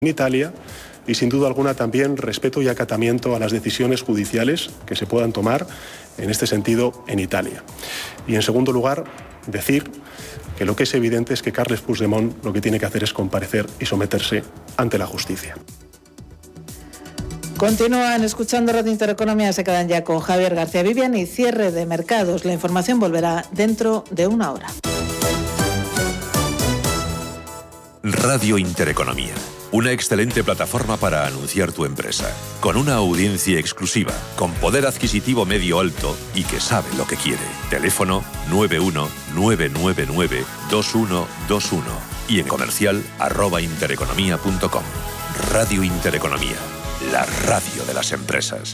en Italia y sin duda alguna también respeto y acatamiento a las decisiones judiciales que se puedan tomar en este sentido en Italia. Y en segundo lugar, decir que lo que es evidente es que Carles Puigdemont lo que tiene que hacer es comparecer y someterse ante la justicia. Continúan escuchando Radio Intereconomía, se quedan ya con Javier García Vivian y cierre de mercados. La información volverá dentro de una hora. Radio Intereconomía, una excelente plataforma para anunciar tu empresa, con una audiencia exclusiva, con poder adquisitivo medio alto y que sabe lo que quiere. Teléfono 919992121 y en comercial @intereconomia.com. Radio Intereconomía, la radio de las empresas.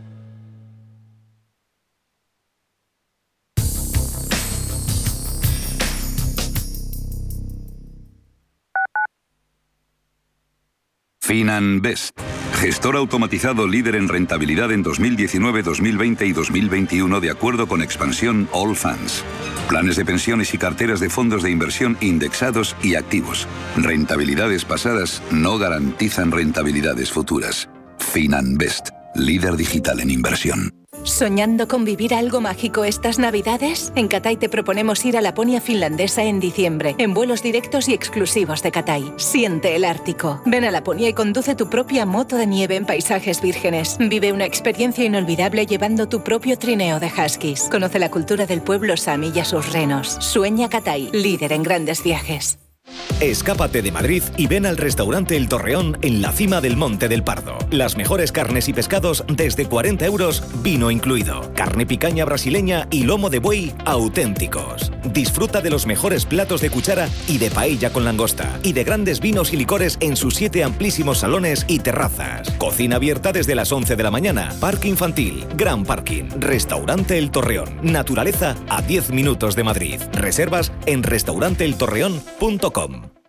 Finanbest, gestor automatizado líder en rentabilidad en 2019, 2020 y 2021 de acuerdo con expansión Allfunds. Planes de pensiones y carteras de fondos de inversión indexados y activos. Rentabilidades pasadas no garantizan rentabilidades futuras. Finanbest, líder digital en inversión. ¿Soñando con vivir algo mágico estas Navidades? En Cathay te proponemos ir a Laponia finlandesa en diciembre, en vuelos directos y exclusivos de Cathay. Siente el Ártico. Ven a Laponia y conduce tu propia moto de nieve en paisajes vírgenes. Vive una experiencia inolvidable llevando tu propio trineo de huskies. Conoce la cultura del pueblo sami y a sus renos. Sueña Cathay, líder en grandes viajes. Escápate de Madrid y ven al restaurante El Torreón en la cima del Monte del Pardo. Las mejores carnes y pescados desde 40 euros, vino incluido. Carne picaña brasileña y lomo de buey auténticos. Disfruta de los mejores platos de cuchara y de paella con langosta. Y de grandes vinos y licores en sus 7 amplísimos salones y terrazas. Cocina abierta desde las 11 de la mañana. Parque infantil, gran parking. Restaurante El Torreón. Naturaleza a 10 minutos de Madrid. Reservas en restauranteeltorreón.com.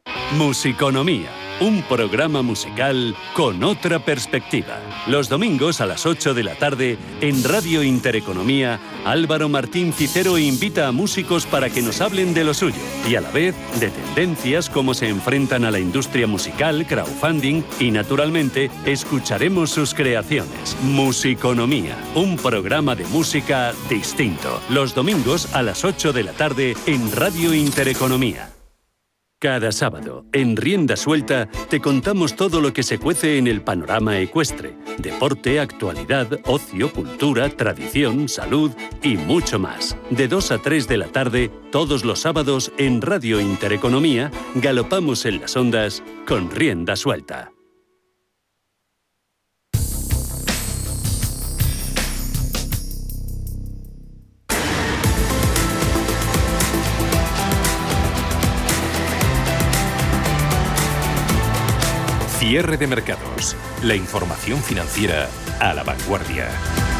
Musiconomía, un programa musical con otra perspectiva. Los domingos a las 8 de la tarde, en Radio Intereconomía, Álvaro Martín Cicero invita a músicos para que nos hablen de lo suyo y a la vez de tendencias, cómo se enfrentan a la industria musical, crowdfunding y, naturalmente, escucharemos sus creaciones. Musiconomía, un programa de música distinto. Los domingos a las 8 de la tarde en Radio Intereconomía. Cada sábado, en Rienda Suelta, te contamos todo lo que se cuece en el panorama ecuestre. Deporte, actualidad, ocio, cultura, tradición, salud y mucho más. De 2 a 3 de la tarde, todos los sábados, en Radio Intereconomía, galopamos en las ondas con Rienda Suelta. Cierre de mercados. La información financiera a la vanguardia.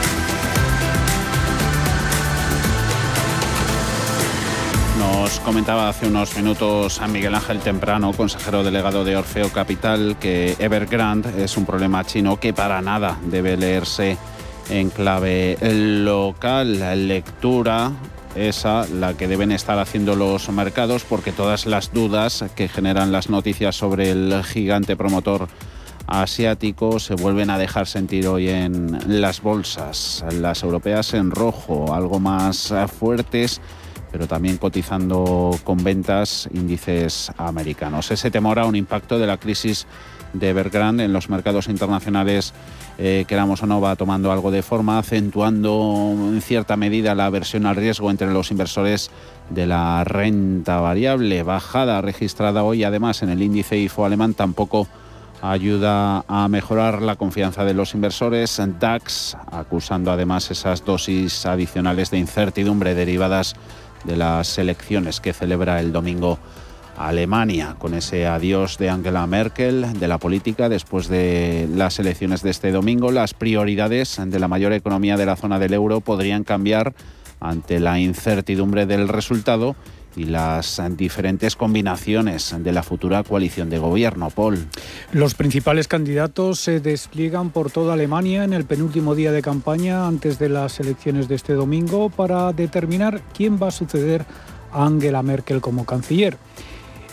Nos comentaba hace unos minutos a Miguel Ángel Temprano, consejero delegado de Orfeo Capital, que Evergrande es un problema chino que para nada debe leerse en clave local. La lectura esa la que deben estar haciendo los mercados, porque todas las dudas que generan las noticias sobre el gigante promotor asiático se vuelven a dejar sentir hoy en las bolsas. Las europeas en rojo, algo más fuertes, pero también cotizando con ventas índices americanos. Ese temor a un impacto de la crisis de Evergrande en los mercados internacionales, queramos o no, va tomando algo de forma, acentuando en cierta medida la aversión al riesgo entre los inversores de la renta variable. Bajada registrada hoy además en el índice IFO alemán tampoco ayuda a mejorar la confianza de los inversores. DAX acusando además esas dosis adicionales de incertidumbre derivadas de las elecciones que celebra el domingo Alemania, con ese adiós de Angela Merkel de la política después de las elecciones de este domingo. Las prioridades de la mayor economía de la zona del euro podrían cambiar ante la incertidumbre del resultado y las diferentes combinaciones de la futura coalición de gobierno. Paul. Los principales candidatos se despliegan por toda Alemania en el penúltimo día de campaña antes de las elecciones de este domingo para determinar quién va a suceder a Angela Merkel como canciller.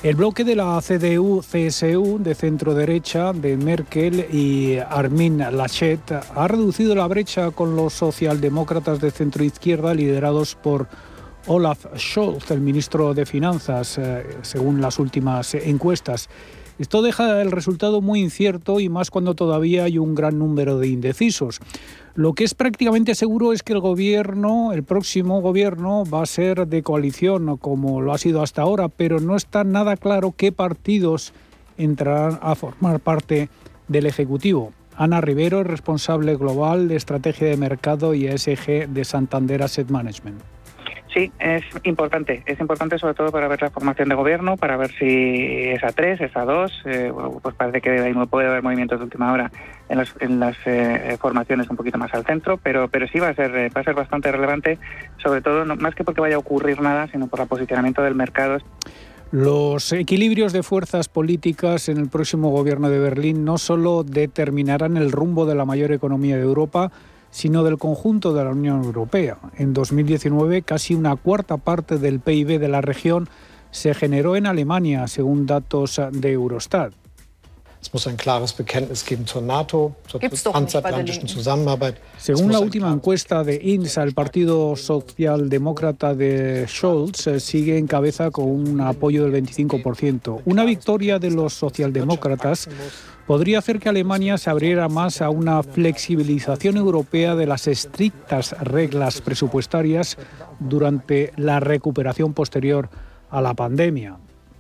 El bloque de la CDU-CSU de centro-derecha de Merkel y Armin Laschet ha reducido la brecha con los socialdemócratas de centro-izquierda liderados por Olaf Scholz, el ministro de Finanzas, según las últimas encuestas. Esto deja el resultado muy incierto y más cuando todavía hay un gran número de indecisos. Lo que es prácticamente seguro es que el próximo gobierno va a ser de coalición, como lo ha sido hasta ahora, pero no está nada claro qué partidos entrarán a formar parte del Ejecutivo. Ana Rivero, responsable global de estrategia de mercado y ESG de Santander Asset Management. Sí, es importante sobre todo para ver la formación de gobierno, para ver si es A3, es A2, pues parece que puede haber movimientos de última hora en las formaciones un poquito más al centro, pero sí va a ser bastante relevante, sobre todo no, más que porque vaya a ocurrir nada, sino por el posicionamiento del mercado. Los equilibrios de fuerzas políticas en el próximo gobierno de Berlín no solo determinarán el rumbo de la mayor economía de Europa, sino del conjunto de la Unión Europea. En 2019, casi una cuarta parte del PIB de la región se generó en Alemania, según datos de Eurostat. Según la última encuesta de INSA, el Partido Socialdemócrata de Scholz sigue en cabeza con un apoyo del 25%. Una victoria de los socialdemócratas podría hacer que Alemania se abriera más a una flexibilización europea de las estrictas reglas presupuestarias durante la recuperación posterior a la pandemia.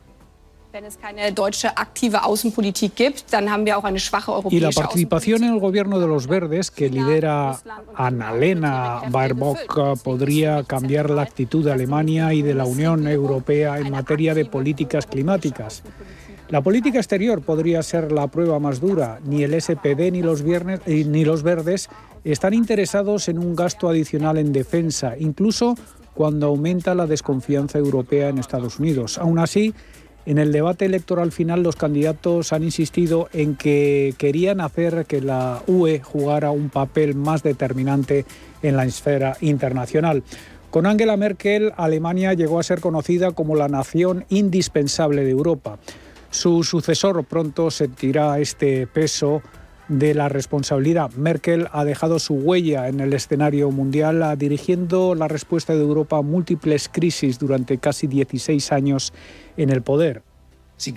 Y la participación en el gobierno de los Verdes, que lidera Annalena Baerbock, podría cambiar la actitud de Alemania y de la Unión Europea en materia de políticas climáticas. La política exterior podría ser la prueba más dura. Ni el SPD ni los Verdes están interesados en un gasto adicional en defensa, incluso cuando aumenta la desconfianza europea en Estados Unidos. Aún así, en el debate electoral final, los candidatos han insistido en que querían hacer que la UE jugara un papel más determinante en la esfera internacional. Con Angela Merkel, Alemania llegó a ser conocida como la nación indispensable de Europa. Su sucesor pronto sentirá este peso de la responsabilidad. Merkel ha dejado su huella en el escenario mundial, dirigiendo la respuesta de Europa a múltiples crisis durante casi 16 años en el poder. Sin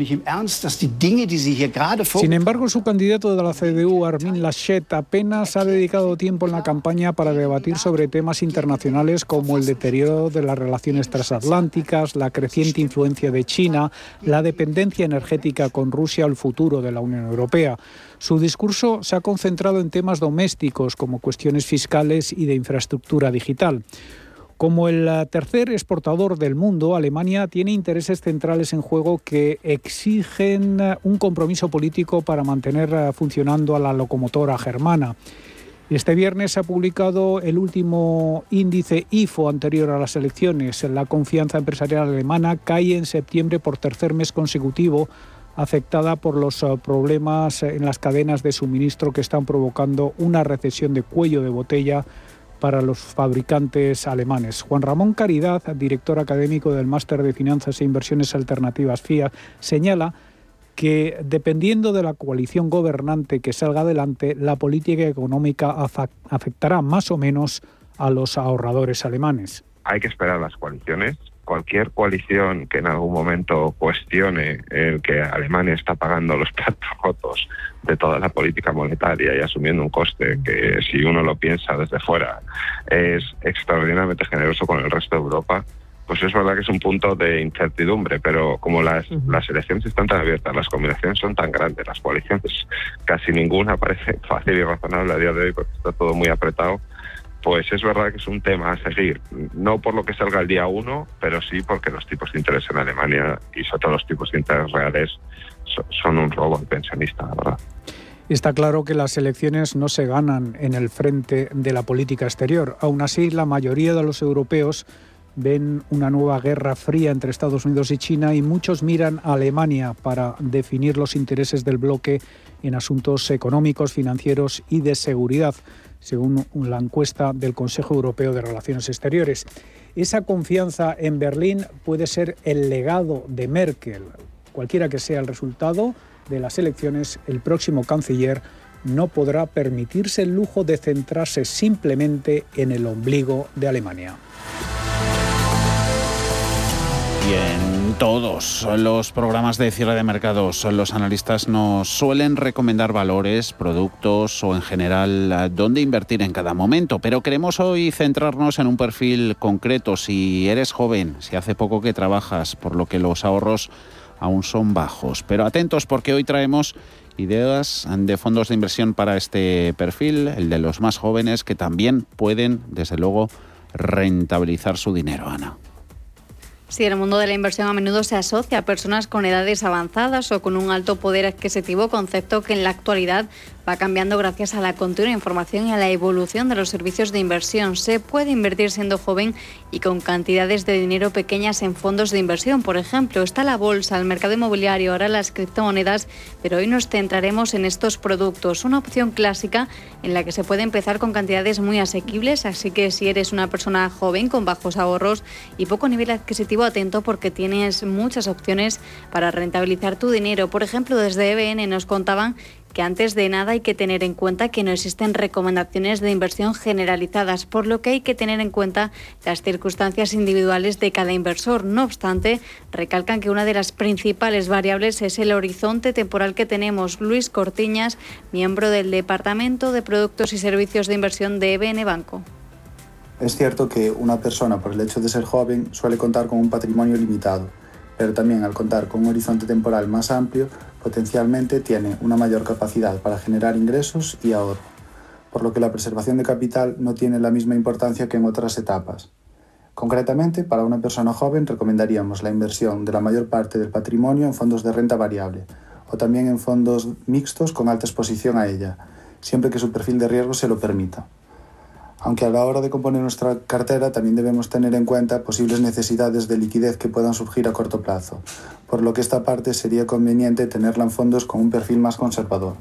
embargo, su candidato de la CDU, Armin Laschet, apenas ha dedicado tiempo en la campaña para debatir sobre temas internacionales como el deterioro de las relaciones transatlánticas, la creciente influencia de China, la dependencia energética con Rusia o el futuro de la Unión Europea. Su discurso se ha concentrado en temas domésticos como cuestiones fiscales y de infraestructura digital. Como el tercer exportador del mundo, Alemania tiene intereses centrales en juego que exigen un compromiso político para mantener funcionando a la locomotora germana. Este viernes se ha publicado el último índice IFO anterior a las elecciones. La confianza empresarial alemana cae en septiembre por tercer mes consecutivo, afectada por los problemas en las cadenas de suministro que están provocando una recesión de cuello de botella para los fabricantes alemanes. Juan Ramón Caridad, director académico del Máster de Finanzas e Inversiones Alternativas FIA, señala que dependiendo de la coalición gobernante que salga adelante, la política económica afectará más o menos a los ahorradores alemanes. Hay que esperar las coaliciones. Cualquier coalición que en algún momento cuestione el que Alemania está pagando los platos rotos de toda la política monetaria y asumiendo un coste que, si uno lo piensa desde fuera, es extraordinariamente generoso con el resto de Europa, pues es verdad que es un punto de incertidumbre, pero como las elecciones están tan abiertas, las combinaciones son tan grandes, las coaliciones casi ninguna parece fácil y razonable a día de hoy porque está todo muy apretado. Pues es verdad que es un tema a seguir, no por lo que salga el día 1, pero sí porque los tipos de interés en Alemania y sobre todo los tipos de interés reales son un robo al pensionista, la verdad. Está claro que las elecciones no se ganan en el frente de la política exterior. Aún así, la mayoría de los europeos ven una nueva guerra fría entre Estados Unidos y China y muchos miran a Alemania para definir los intereses del bloque en asuntos económicos, financieros y de seguridad, según la encuesta del Consejo Europeo de Relaciones Exteriores. Esa confianza en Berlín puede ser el legado de Merkel. Cualquiera que sea el resultado de las elecciones, el próximo canciller no podrá permitirse el lujo de centrarse simplemente en el ombligo de Alemania. Y en todos los programas de cierre de mercados, los analistas nos suelen recomendar valores, productos o en general dónde invertir en cada momento. Pero queremos hoy centrarnos en un perfil concreto. Si eres joven, si hace poco que trabajas, por lo que los ahorros aún son bajos. Pero atentos, porque hoy traemos ideas de fondos de inversión para este perfil, el de los más jóvenes, que también pueden, desde luego, rentabilizar su dinero, Ana. Sí, el mundo de la inversión a menudo se asocia a personas con edades avanzadas o con un alto poder adquisitivo, concepto que en la actualidad va cambiando gracias a la continua información y a la evolución de los servicios de inversión. Se puede invertir siendo joven y con cantidades de dinero pequeñas en fondos de inversión. Por ejemplo, está la bolsa, el mercado inmobiliario, ahora las criptomonedas, pero hoy nos centraremos en estos productos. Una opción clásica en la que se puede empezar con cantidades muy asequibles, así que si eres una persona joven con bajos ahorros y poco nivel adquisitivo, atento, porque tienes muchas opciones para rentabilizar tu dinero. Por ejemplo, desde EBN nos contaban que antes de nada hay que tener en cuenta que no existen recomendaciones de inversión generalizadas, por lo que hay que tener en cuenta las circunstancias individuales de cada inversor. No obstante, recalcan que una de las principales variables es el horizonte temporal que tenemos. Luis Cortiñas, miembro del Departamento de Productos y Servicios de Inversión de EBN Banco. Es cierto que una persona, por el hecho de ser joven, suele contar con un patrimonio limitado, pero también al contar con un horizonte temporal más amplio, potencialmente tiene una mayor capacidad para generar ingresos y ahorro, por lo que la preservación de capital no tiene la misma importancia que en otras etapas. Concretamente, para una persona joven recomendaríamos la inversión de la mayor parte del patrimonio en fondos de renta variable o también en fondos mixtos con alta exposición a ella, siempre que su perfil de riesgo se lo permita. Aunque a la hora de componer nuestra cartera también debemos tener en cuenta posibles necesidades de liquidez que puedan surgir a corto plazo, por lo que esta parte sería conveniente tenerla en fondos con un perfil más conservador.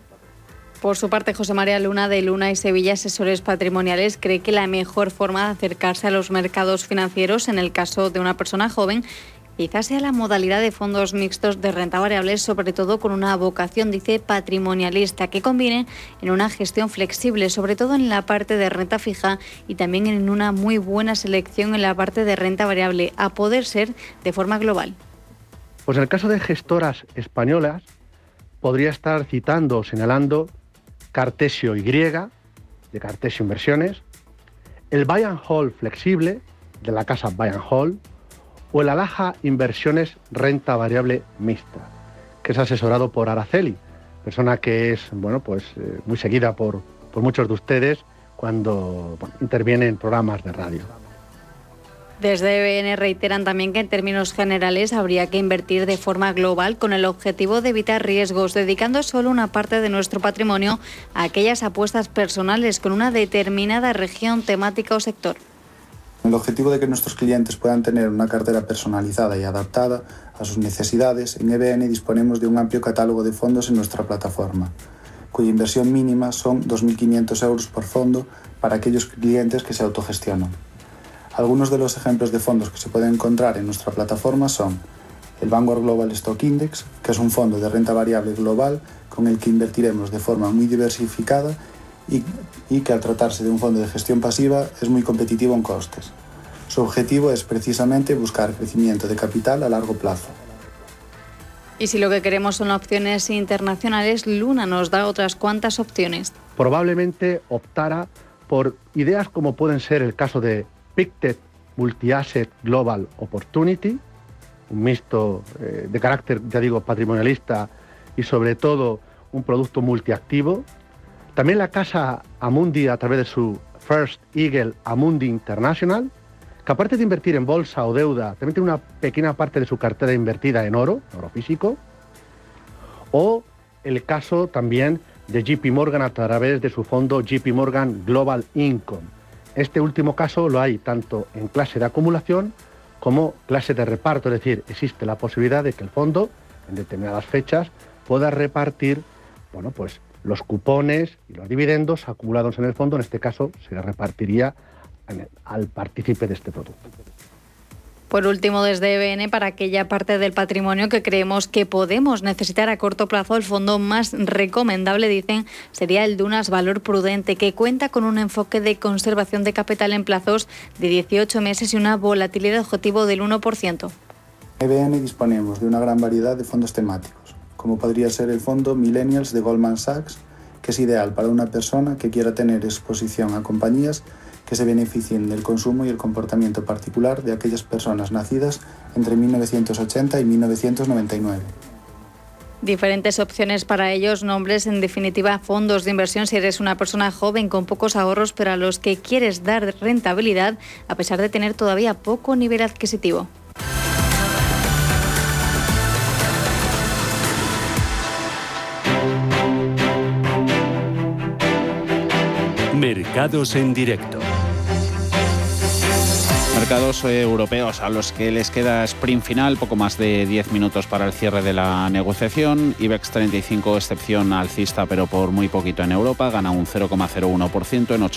Por su parte, José María Luna, de Luna y Sevilla Asesores Patrimoniales, cree que la mejor forma de acercarse a los mercados financieros, en el caso de una persona joven, quizás sea la modalidad de fondos mixtos de renta variable, sobre todo con una vocación, dice, patrimonialista, que combine en una gestión flexible, sobre todo en la parte de renta fija y también en una muy buena selección en la parte de renta variable, a poder ser de forma global. Pues en el caso de gestoras españolas, podría estar citando o señalando Cartesio Y, de Cartesio Inversiones, el Buy and Hold flexible, de la casa Buy and Hold, o el Alaja Inversiones Renta Variable Mixta, que es asesorado por Araceli, persona que es muy seguida por muchos de ustedes cuando interviene en programas de radio. Desde EBN reiteran también que en términos generales habría que invertir de forma global con el objetivo de evitar riesgos, dedicando solo una parte de nuestro patrimonio a aquellas apuestas personales con una determinada región, temática o sector. El objetivo de que nuestros clientes puedan tener una cartera personalizada y adaptada a sus necesidades, en EBN disponemos de un amplio catálogo de fondos en nuestra plataforma, cuya inversión mínima son 2.500 euros por fondo para aquellos clientes que se autogestionan. Algunos de los ejemplos de fondos que se pueden encontrar en nuestra plataforma son el Vanguard Global Stock Index, que es un fondo de renta variable global con el que invertiremos de forma muy diversificada y que al tratarse de un fondo de gestión pasiva es muy competitivo en costes. Su objetivo es precisamente buscar crecimiento de capital a largo plazo. Y si lo que queremos son opciones internacionales, Luna nos da otras cuantas opciones. Probablemente optara por ideas como pueden ser el caso de Pictet Multi-Asset Global Opportunity, un mixto de carácter, patrimonialista y sobre todo un producto multiactivo. También la casa Amundi, a través de su First Eagle Amundi International, que aparte de invertir en bolsa o deuda, también tiene una pequeña parte de su cartera invertida en oro físico. O el caso también de JP Morgan a través de su fondo JP Morgan Global Income. Este último caso lo hay tanto en clase de acumulación como clase de reparto, es decir, existe la posibilidad de que el fondo, en determinadas fechas, pueda repartir, los cupones y los dividendos acumulados en el fondo. En este caso se repartiría al partícipe de este producto. Por último, desde EBN, para aquella parte del patrimonio que creemos que podemos necesitar a corto plazo, el fondo más recomendable, dicen, sería el Dunas Valor Prudente, que cuenta con un enfoque de conservación de capital en plazos de 18 meses y una volatilidad objetivo del 1%. En EBN disponemos de una gran variedad de fondos temáticos, como podría ser el fondo Millennials de Goldman Sachs, que es ideal para una persona que quiera tener exposición a compañías que se beneficien del consumo y el comportamiento particular de aquellas personas nacidas entre 1980 y 1999. Diferentes opciones para ellos, nombres, en definitiva, fondos de inversión si eres una persona joven con pocos ahorros, pero a los que quieres dar rentabilidad a pesar de tener todavía poco nivel adquisitivo. Mercados en directo. Mercados europeos a los que les queda sprint final, poco más de 10 minutos para el cierre de la negociación. IBEX 35, excepción alcista, pero por muy poquito en Europa, gana un 0,01% en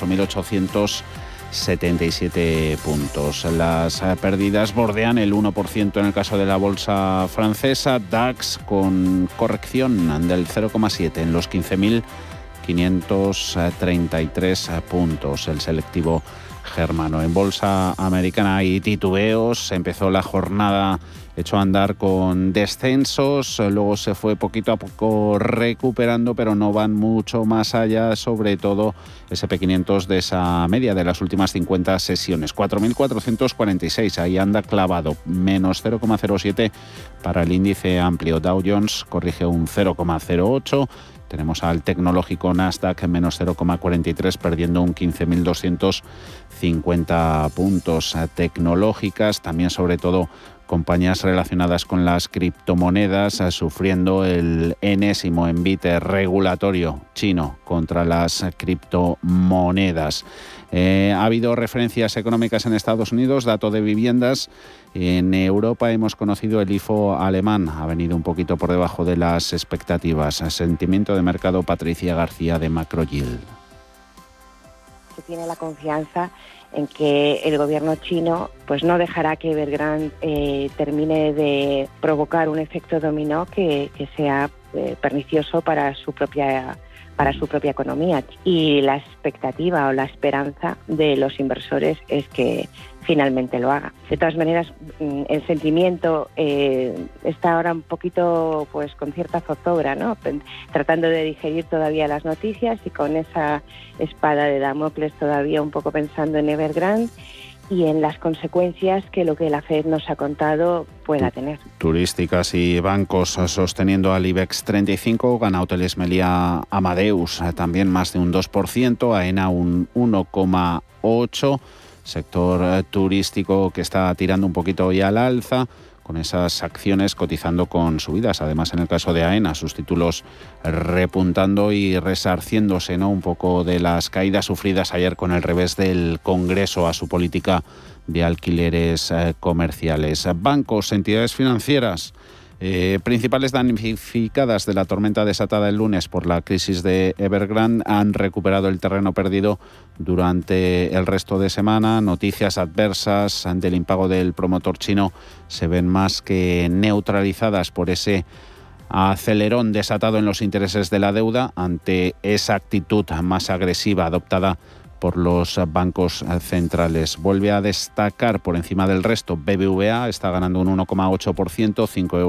8.877 puntos. Las pérdidas bordean el 1% en el caso de la bolsa francesa. DAX con corrección del 0,7 en los 15.533 puntos. El selectivo germano. En bolsa americana hay titubeos. Empezó la jornada echó a andar con descensos, luego se fue poquito a poco recuperando, pero no van mucho más allá, sobre todo SP500 de esa media de las últimas 50 sesiones. 4.446, ahí anda clavado, menos 0,07 para el índice amplio. Dow Jones corrige un 0,08. Tenemos al tecnológico Nasdaq en menos 0,43, perdiendo un 15.250 puntos. Tecnológicas, también sobre todo compañías relacionadas con las criptomonedas, sufriendo el enésimo envite regulatorio chino contra las criptomonedas. Ha habido referencias económicas en Estados Unidos, dato de viviendas. En Europa hemos conocido el IFO alemán, ha venido un poquito por debajo de las expectativas. Sentimiento de mercado, Patricia García de Macroyield. Se tiene la confianza en que el gobierno chino pues no dejará que Evergrande termine de provocar un efecto dominó que sea pernicioso para su propia economía. Y la expectativa o la esperanza de los inversores es que finalmente lo haga. De todas maneras, el sentimiento está ahora un poquito pues con cierta zozobra, ¿no? Tratando de digerir todavía las noticias y con esa espada de Damocles todavía un poco pensando en Evergrande y en las consecuencias que lo que la FED nos ha contado pueda tener. Turísticas y bancos sosteniendo al IBEX 35, gana Hoteles Meliá Amadeus también más de un 2%, AENA un 1,8%, sector turístico que está tirando un poquito hoy al alza, con esas acciones cotizando con subidas. Además, en el caso de AENA, sus títulos repuntando y resarciéndose, ¿no?, un poco de las caídas sufridas ayer con el revés del Congreso a su política de alquileres comerciales. Bancos, entidades financieras, principales damnificadas de la tormenta desatada el lunes por la crisis de Evergrande, han recuperado el terreno perdido durante el resto de semana. Noticias adversas del impago del promotor chino se ven más que neutralizadas por ese acelerón desatado en los intereses de la deuda ante esa actitud más agresiva adoptada por los bancos centrales. Vuelve a destacar por encima del resto BBVA, está ganando un 1,8%,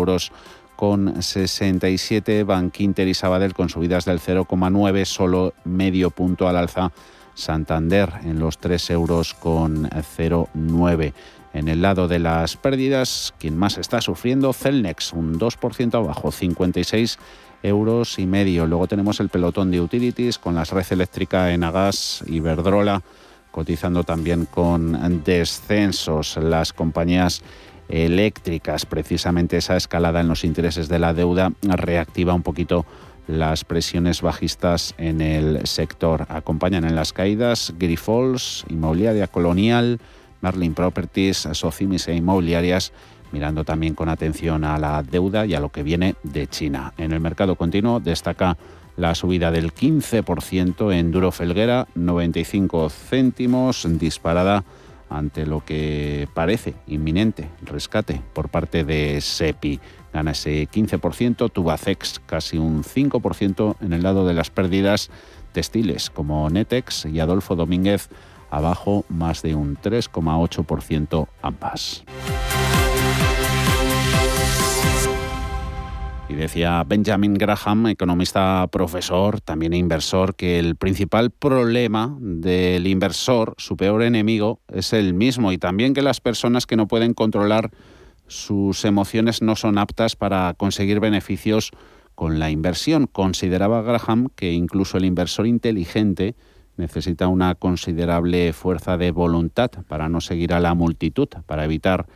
5,67 €. Bankinter y Sabadell con subidas del 0,9, solo medio punto al alza Santander en los 3,09 €. En el lado de las pérdidas, quien más está sufriendo, Celnex, un 2% abajo, 56,5 €. Luego tenemos el pelotón de utilities con las Red Eléctrica, Enagas, Iberdrola, cotizando también con descensos. Las compañías eléctricas, precisamente esa escalada en los intereses de la deuda reactiva un poquito las presiones bajistas en el sector. Acompañan en las caídas Grifols, Inmobiliaria Colonial, Merlin Properties, Socimis e Inmobiliarias, mirando también con atención a la deuda y a lo que viene de China. En el mercado continuo destaca la subida del 15% en Duro Felguera, 95 céntimos, disparada ante lo que parece inminente rescate por parte de SEPI. Gana ese 15%, Tubacex casi un 5% en el lado de las pérdidas, textiles como Netex y Adolfo Domínguez abajo más de un 3,8% ambas. Y decía Benjamin Graham, economista profesor, también inversor, que el principal problema del inversor, su peor enemigo, es el mismo, y también que las personas que no pueden controlar sus emociones no son aptas para conseguir beneficios con la inversión. Consideraba Graham que incluso el inversor inteligente necesita una considerable fuerza de voluntad para no seguir a la multitud, para evitar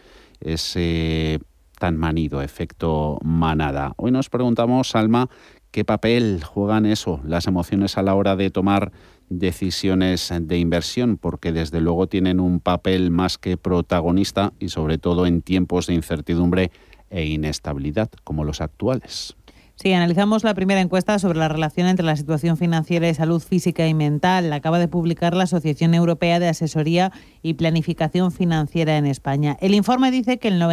ese tan manido efecto manada. Hoy nos preguntamos, Alma, ¿qué papel juegan las emociones a la hora de tomar decisiones de inversión? Porque desde luego tienen un papel más que protagonista y sobre todo en tiempos de incertidumbre e inestabilidad como los actuales. Sí, analizamos la primera encuesta sobre la relación entre la situación financiera y salud física y mental. La acaba de publicar la Asociación Europea de Asesoría y Planificación Financiera en España. El informe dice que el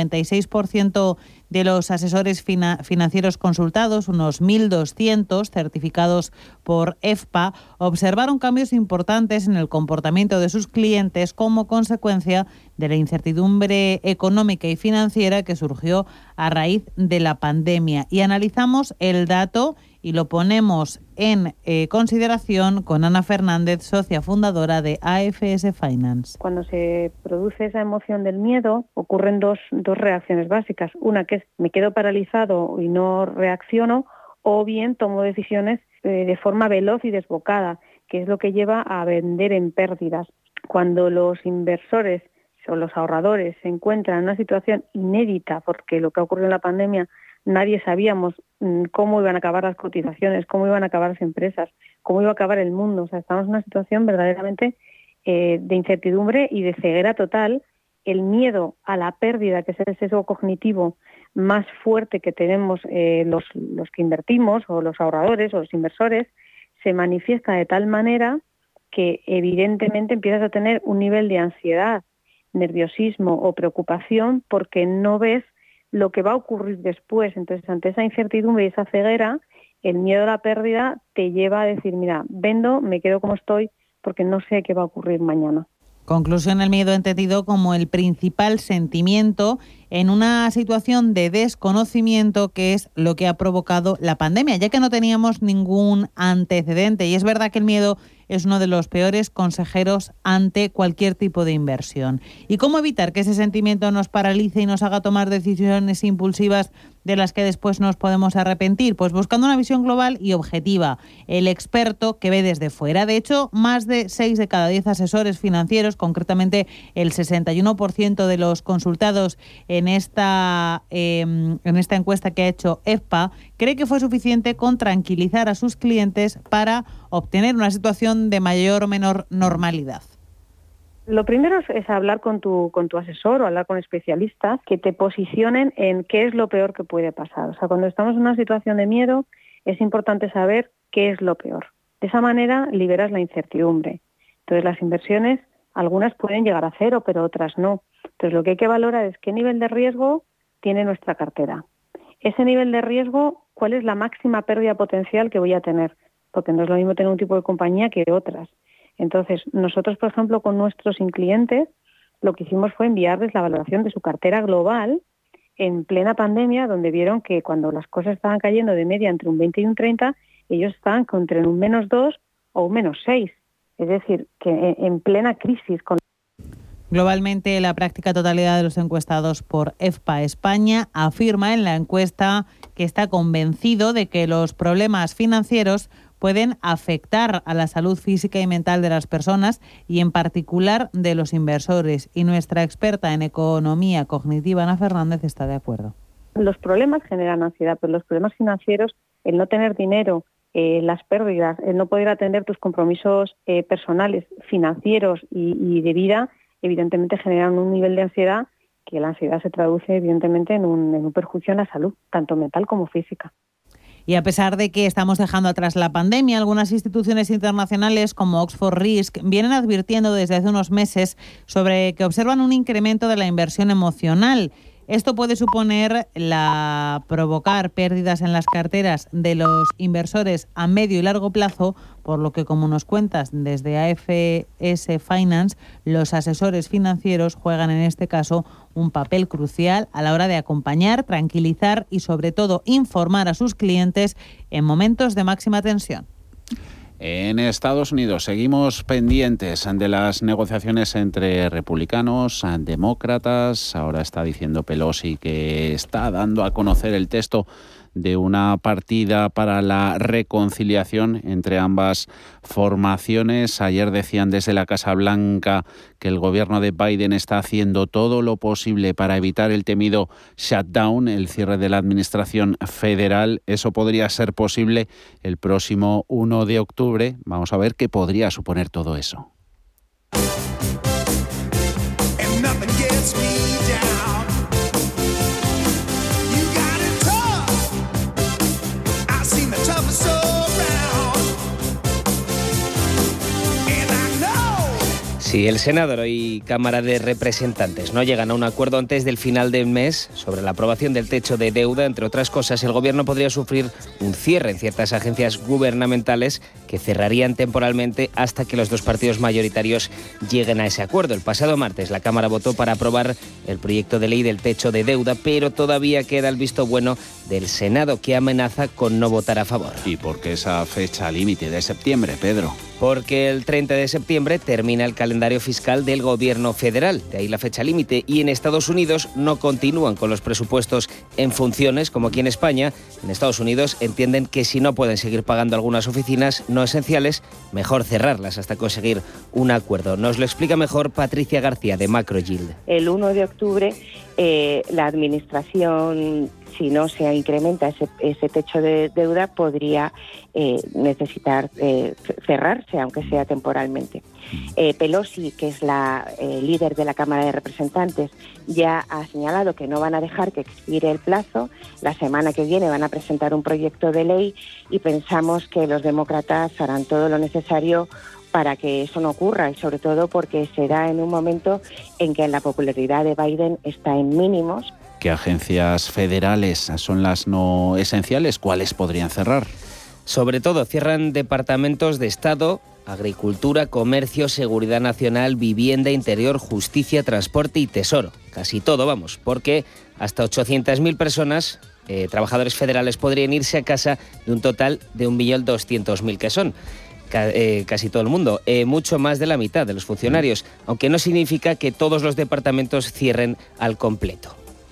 96% de los asesores financieros consultados, unos 1.200 certificados por EFPA, observaron cambios importantes en el comportamiento de sus clientes como consecuencia de la incertidumbre económica y financiera que surgió a raíz de la pandemia. Y analizamos el dato y lo ponemos en consideración con Ana Fernández, socia fundadora de AFS Finance. Cuando se produce esa emoción del miedo, ocurren dos reacciones básicas. Una que es me quedo paralizado y no reacciono, o bien tomo decisiones de forma veloz y desbocada, que es lo que lleva a vender en pérdidas. Cuando los inversores o los ahorradores se encuentran en una situación inédita, porque lo que ha ocurrido en la pandemia, nadie sabíamos cómo iban a acabar las cotizaciones, cómo iban a acabar las empresas, cómo iba a acabar el mundo. O sea, estamos en una situación verdaderamente de incertidumbre y de ceguera total. El miedo a la pérdida, que es el sesgo cognitivo más fuerte que tenemos los que invertimos, o los ahorradores, o los inversores, se manifiesta de tal manera que evidentemente empiezas a tener un nivel de ansiedad, nerviosismo o preocupación porque no ves lo que va a ocurrir después. Entonces, ante esa incertidumbre y esa ceguera, el miedo a la pérdida te lleva a decir, mira, vendo, me quedo como estoy porque no sé qué va a ocurrir mañana. Conclusión, el miedo entendido como el principal sentimiento en una situación de desconocimiento, que es lo que ha provocado la pandemia, ya que no teníamos ningún antecedente. Y es verdad que el miedo es uno de los peores consejeros ante cualquier tipo de inversión. ¿Y cómo evitar que ese sentimiento nos paralice y nos haga tomar decisiones impulsivas de las que después nos podemos arrepentir? Pues buscando una visión global y objetiva, el experto que ve desde fuera. De hecho, más de 6 de cada 10 asesores financieros, concretamente el 61% de los consultados en esta encuesta que ha hecho EFPA, cree que fue suficiente con tranquilizar a sus clientes para obtener una situación de mayor o menor normalidad. Lo primero es hablar con tu asesor o hablar con especialistas que te posicionen en qué es lo peor que puede pasar. O sea, cuando estamos en una situación de miedo, es importante saber qué es lo peor. De esa manera liberas la incertidumbre. Entonces, las inversiones, algunas pueden llegar a cero, pero otras no. Entonces, lo que hay que valorar es qué nivel de riesgo tiene nuestra cartera. Ese nivel de riesgo, ¿cuál es la máxima pérdida potencial que voy a tener? Porque no es lo mismo tener un tipo de compañía que otras. Entonces, nosotros, por ejemplo, con nuestros clientes, lo que hicimos fue enviarles la valoración de su cartera global en plena pandemia, donde vieron que cuando las cosas estaban cayendo de media entre un 20 y un 30, ellos estaban entre un -2 o un -6. Es decir, que en plena crisis. Globalmente, la práctica totalidad de los encuestados por EFPA España afirma en la encuesta que está convencido de que los problemas financieros pueden afectar a la salud física y mental de las personas y en particular de los inversores. Y nuestra experta en economía cognitiva, Ana Fernández, está de acuerdo. Los problemas generan ansiedad, pero los problemas financieros, el no tener dinero, las pérdidas, el no poder atender tus compromisos personales, financieros y de vida, evidentemente generan un nivel de ansiedad, que la ansiedad se traduce evidentemente en un perjuicio en la salud, tanto mental como física. Y a pesar de que estamos dejando atrás la pandemia, algunas instituciones internacionales como Oxford Risk vienen advirtiendo desde hace unos meses sobre que observan un incremento de la inversión emocional. Esto puede suponer provocar pérdidas en las carteras de los inversores a medio y largo plazo, por lo que, como nos cuentas desde AFS Finance, los asesores financieros juegan en este caso un papel crucial a la hora de acompañar, tranquilizar y, sobre todo, informar a sus clientes en momentos de máxima tensión. En Estados Unidos seguimos pendientes de las negociaciones entre republicanos, demócratas. Ahora está diciendo Pelosi que está dando a conocer el texto de una partida para la reconciliación entre ambas formaciones. Ayer decían desde la Casa Blanca que el gobierno de Biden está haciendo todo lo posible para evitar el temido shutdown, el cierre de la administración federal. Eso podría ser posible el próximo 1 de octubre. Vamos a ver qué podría suponer todo eso. Si el Senado y Cámara de Representantes no llegan a un acuerdo antes del final del mes sobre la aprobación del techo de deuda, entre otras cosas, el Gobierno podría sufrir un cierre en ciertas agencias gubernamentales que cerrarían temporalmente hasta que los dos partidos mayoritarios lleguen a ese acuerdo. El pasado martes la Cámara votó para aprobar el proyecto de ley del techo de deuda, pero todavía queda el visto bueno del Senado, que amenaza con no votar a favor. ¿Y por qué esa fecha límite de septiembre, Pedro? Porque el 30 de septiembre termina el calendario fiscal del gobierno federal, de ahí la fecha límite, y en Estados Unidos no continúan con los presupuestos en funciones, como aquí en España. En Estados Unidos entienden que si no pueden seguir pagando algunas oficinas no esenciales, mejor cerrarlas hasta conseguir un acuerdo. Nos lo explica mejor Patricia García, de Macro Yield. El 1 de octubre la administración, si no se incrementa ese techo de deuda, podría necesitar cerrarse, aunque sea temporalmente. Pelosi, que es la líder de la Cámara de Representantes, ya ha señalado que no van a dejar que expire el plazo. La semana que viene van a presentar un proyecto de ley y pensamos que los demócratas harán todo lo necesario para que eso no ocurra, y sobre todo porque se da en un momento en que la popularidad de Biden está en mínimos. ¿Qué agencias federales son las no esenciales? ¿Cuáles podrían cerrar? Sobre todo cierran departamentos de Estado, Agricultura, Comercio, Seguridad Nacional, Vivienda, Interior, Justicia, Transporte y Tesoro. Casi todo, vamos, porque hasta 800.000 personas, trabajadores federales, podrían irse a casa de un total de 1.200.000 que son. Casi todo el mundo, mucho más de la mitad de los funcionarios, aunque no significa que todos los departamentos cierren al completo.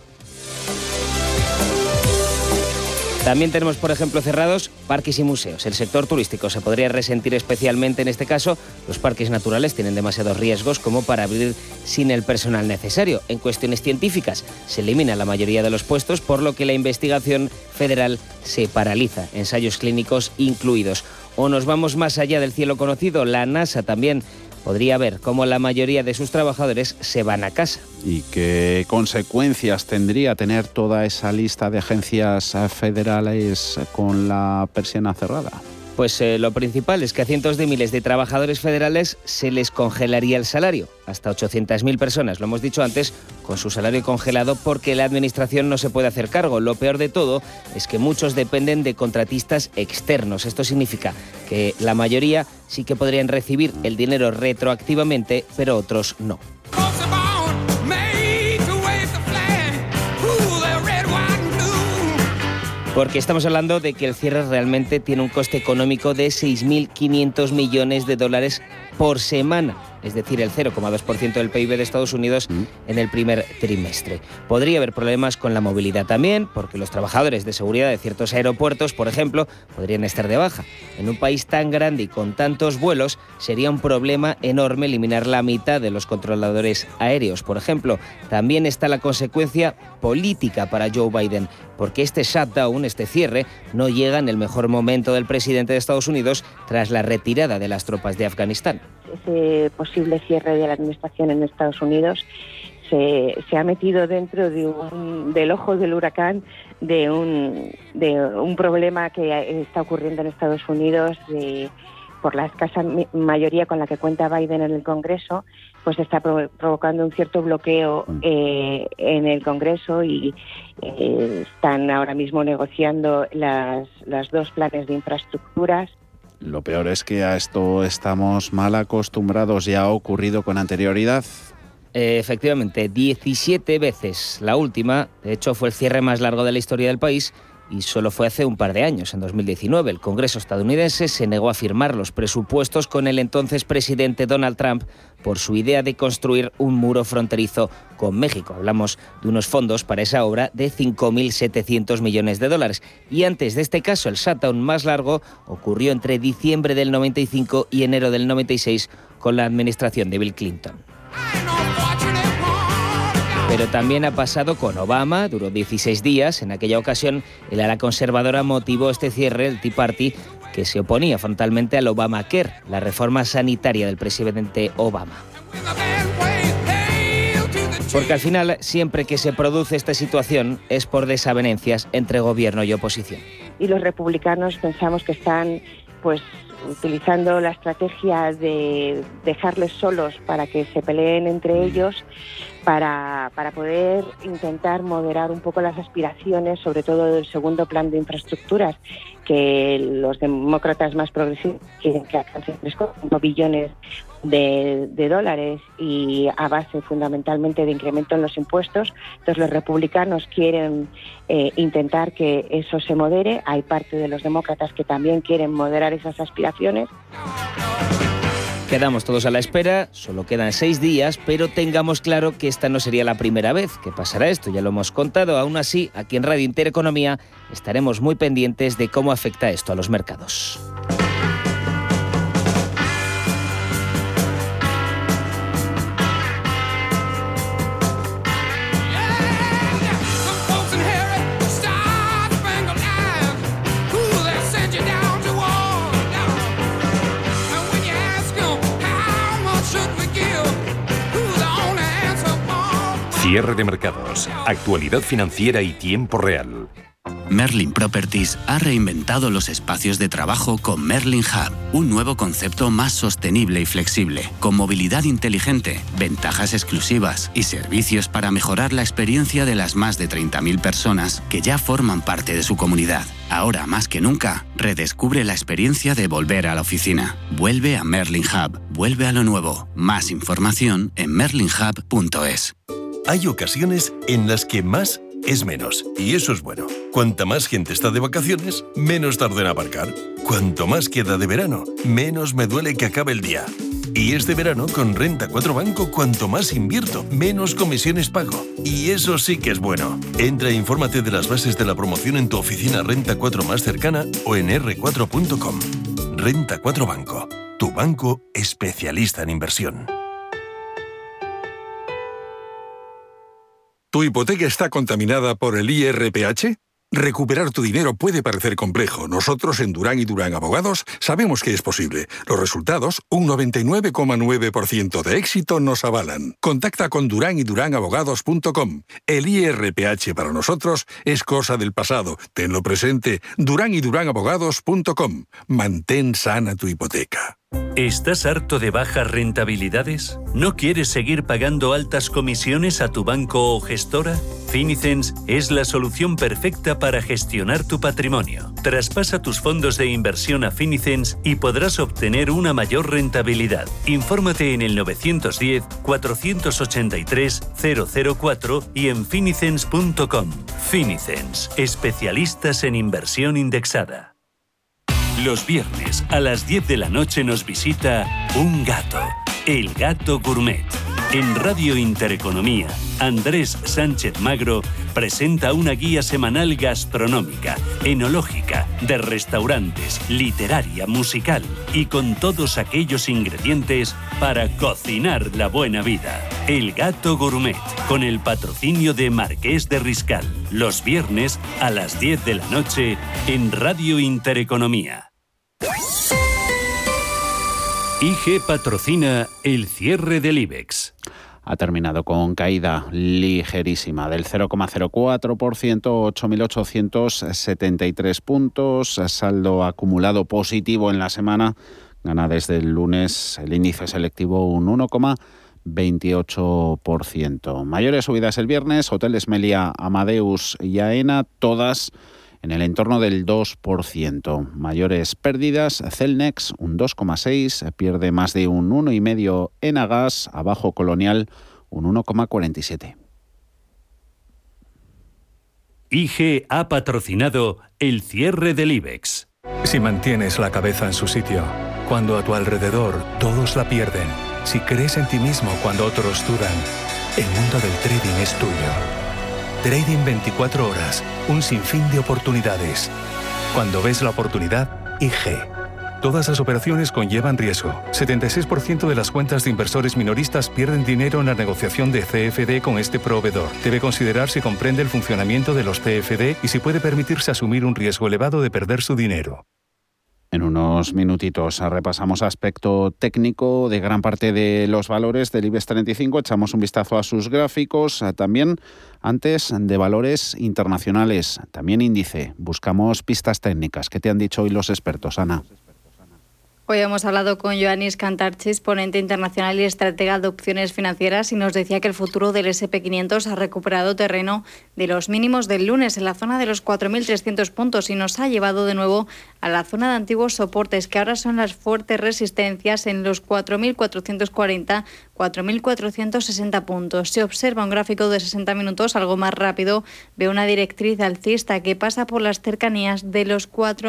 También tenemos, por ejemplo, cerrados parques y museos. El sector turístico se podría resentir especialmente en este caso. Los parques naturales tienen demasiados riesgos como para abrir sin el personal necesario. En cuestiones científicas se elimina la mayoría de los puestos, por lo que la investigación federal se paraliza, ensayos clínicos incluidos. O nos vamos más allá del cielo conocido, la NASA también podría ver cómo la mayoría de sus trabajadores se van a casa. ¿Y qué consecuencias tendría tener toda esa lista de agencias federales con la persiana cerrada? Pues lo principal es que a cientos de miles de trabajadores federales se les congelaría el salario. Hasta 800.000 personas, lo hemos dicho antes, con su salario congelado porque la administración no se puede hacer cargo. Lo peor de todo es que muchos dependen de contratistas externos. Esto significa que la mayoría sí que podrían recibir el dinero retroactivamente, pero otros no. Porque estamos hablando de que el cierre realmente tiene un coste económico de 6.500 millones de dólares por semana, es decir, el 0,2% del PIB de Estados Unidos en el primer trimestre. Podría haber problemas con la movilidad también, porque los trabajadores de seguridad de ciertos aeropuertos, por ejemplo, podrían estar de baja. En un país tan grande y con tantos vuelos, sería un problema enorme eliminar la mitad de los controladores aéreos, por ejemplo. También está la consecuencia política para Joe Biden, porque este shutdown, este cierre, no llega en el mejor momento del presidente de Estados Unidos tras la retirada de las tropas de Afganistán. Ese posible cierre de la administración en Estados Unidos se ha metido dentro del ojo del huracán de un problema que está ocurriendo en Estados Unidos por la escasa mayoría con la que cuenta Biden en el Congreso, pues está provocando un cierto bloqueo en el Congreso y están ahora mismo negociando las dos planes de infraestructuras. Lo peor es que a esto estamos mal acostumbrados, ya ha ocurrido con anterioridad. Efectivamente, 17 veces. La última, de hecho, fue el cierre más largo de la historia del país y solo fue hace un par de años, en 2019. El Congreso estadounidense se negó a firmar los presupuestos con el entonces presidente Donald Trump por su idea de construir un muro fronterizo con México. Hablamos de unos fondos para esa obra de 5.700 millones de dólares. Y antes de este caso, el shutdown más largo ocurrió entre diciembre del 95 y enero del 96 con la administración de Bill Clinton. Pero también ha pasado con Obama, duró 16 días. En aquella ocasión, el ala conservadora motivó este cierre, el Tea Party, que se oponía frontalmente al Obamacare, la reforma sanitaria del presidente Obama. Porque al final, siempre que se produce esta situación, es por desavenencias entre gobierno y oposición. Y los republicanos pensamos que están, pues, utilizando la estrategia de dejarles solos para que se peleen entre ellos, para poder intentar moderar un poco las aspiraciones, sobre todo del segundo plan de infraestructuras, que los demócratas más progresistas quieren que alcance 3,5 billones de dólares y a base fundamentalmente de incremento en los impuestos. Entonces los republicanos quieren intentar que eso se modere. Hay parte de los demócratas que también quieren moderar esas aspiraciones. Quedamos todos a la espera, solo quedan 6 días, pero tengamos claro que esta no sería la primera vez que pasará esto, ya lo hemos contado. Aún así, aquí en Radio Intereconomía estaremos muy pendientes de cómo afecta esto a los mercados. Cierre de mercados, actualidad financiera y tiempo real. Merlin Properties ha reinventado los espacios de trabajo con Merlin Hub, un nuevo concepto más sostenible y flexible, con movilidad inteligente, ventajas exclusivas y servicios para mejorar la experiencia de las más de 30.000 personas que ya forman parte de su comunidad. Ahora más que nunca, redescubre la experiencia de volver a la oficina. Vuelve a Merlin Hub, vuelve a lo nuevo. Más información en merlinhub.es. Hay ocasiones en las que más es menos, y eso es bueno. Cuanta más gente está de vacaciones, menos tarda en aparcar. Cuanto más queda de verano, menos me duele que acabe el día. Y este verano, con Renta 4 Banco, cuanto más invierto, menos comisiones pago. Y eso sí que es bueno. Entra e infórmate de las bases de la promoción en tu oficina Renta 4 más cercana o en r4.com. Renta 4 Banco, tu banco especialista en inversión. ¿Tu hipoteca está contaminada por el IRPH? Recuperar tu dinero puede parecer complejo. Nosotros en Durán y Durán Abogados sabemos que es posible. Los resultados, un 99,9% de éxito, nos avalan. Contacta con duranyduránabogados.com. El IRPH para nosotros es cosa del pasado. Tenlo presente. duranyduránabogados.com. Mantén sana tu hipoteca. ¿Estás harto de bajas rentabilidades? ¿No quieres seguir pagando altas comisiones a tu banco o gestora? Finicens es la solución perfecta para gestionar tu patrimonio. Traspasa tus fondos de inversión a Finicens y podrás obtener una mayor rentabilidad. Infórmate en el 910-483-004 y en finicens.com. Finicens, especialistas en inversión indexada. Los viernes a las 10 de la noche nos visita un gato, el Gato Gourmet. En Radio Intereconomía, Andrés Sánchez Magro presenta una guía semanal gastronómica, enológica, de restaurantes, literaria, musical y con todos aquellos ingredientes para cocinar la buena vida. El Gato Gourmet, con el patrocinio de Marqués de Riscal. Los viernes a las 10 de la noche en Radio Intereconomía. IG patrocina el cierre del IBEX. ha terminado con caída ligerísima del 0,04%, 8.873 puntos, saldo acumulado positivo en la semana, gana desde el lunes el índice selectivo un 1,28%. Mayores subidas el viernes, Hoteles Meliá, Amadeus y Aena, todas en el entorno del 2%. Mayores pérdidas, Celnex un 2,6%, pierde más de un 1,5%, Enagas, abajo Colonial un 1,47%. IG ha patrocinado el cierre del IBEX. Si mantienes la cabeza en su sitio, cuando a tu alrededor todos la pierden, si crees en ti mismo cuando otros dudan, el mundo del trading es tuyo. Trading 24 horas, un sinfín de oportunidades. Cuando ves la oportunidad, IG. Todas las operaciones conllevan riesgo. 76% de las cuentas de inversores minoristas pierden dinero en la negociación de CFD con este proveedor. Debe considerar si comprende el funcionamiento de los CFD y si puede permitirse asumir un riesgo elevado de perder su dinero. En unos minutitos repasamos aspecto técnico de gran parte de los valores del IBEX 35, echamos un vistazo a sus gráficos, también antes de valores internacionales, también índice, buscamos pistas técnicas. ¿Qué te han dicho hoy los expertos, Ana? Hoy hemos hablado con Ioannis Kantartsis, ponente internacional y estratega de opciones financieras, y nos decía que el futuro del S&P 500 ha recuperado terreno de los mínimos del lunes en la zona de los 4.300 puntos y nos ha llevado de nuevo a la zona de antiguos soportes, que ahora son las fuertes resistencias en los 4.440, 4.460 puntos. Se observa un gráfico de 60 minutos, algo más rápido, ve una directriz alcista que pasa por las cercanías de los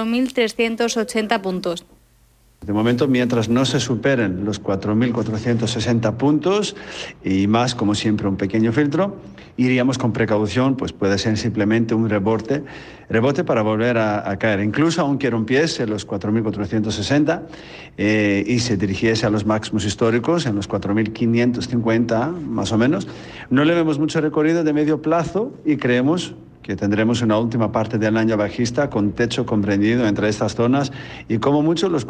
4.380 puntos. De momento, mientras no se superen los 4.460 puntos y más, como siempre, un pequeño filtro, iríamos con precaución, pues puede ser simplemente un rebote para volver a caer. Incluso aunque rompiese los 4.460 y se dirigiese a los máximos históricos en los 4.550 más o menos, no le vemos mucho recorrido de medio plazo y creemos que tendremos una última parte del año bajista con techo comprendido entre estas zonas y como mucho los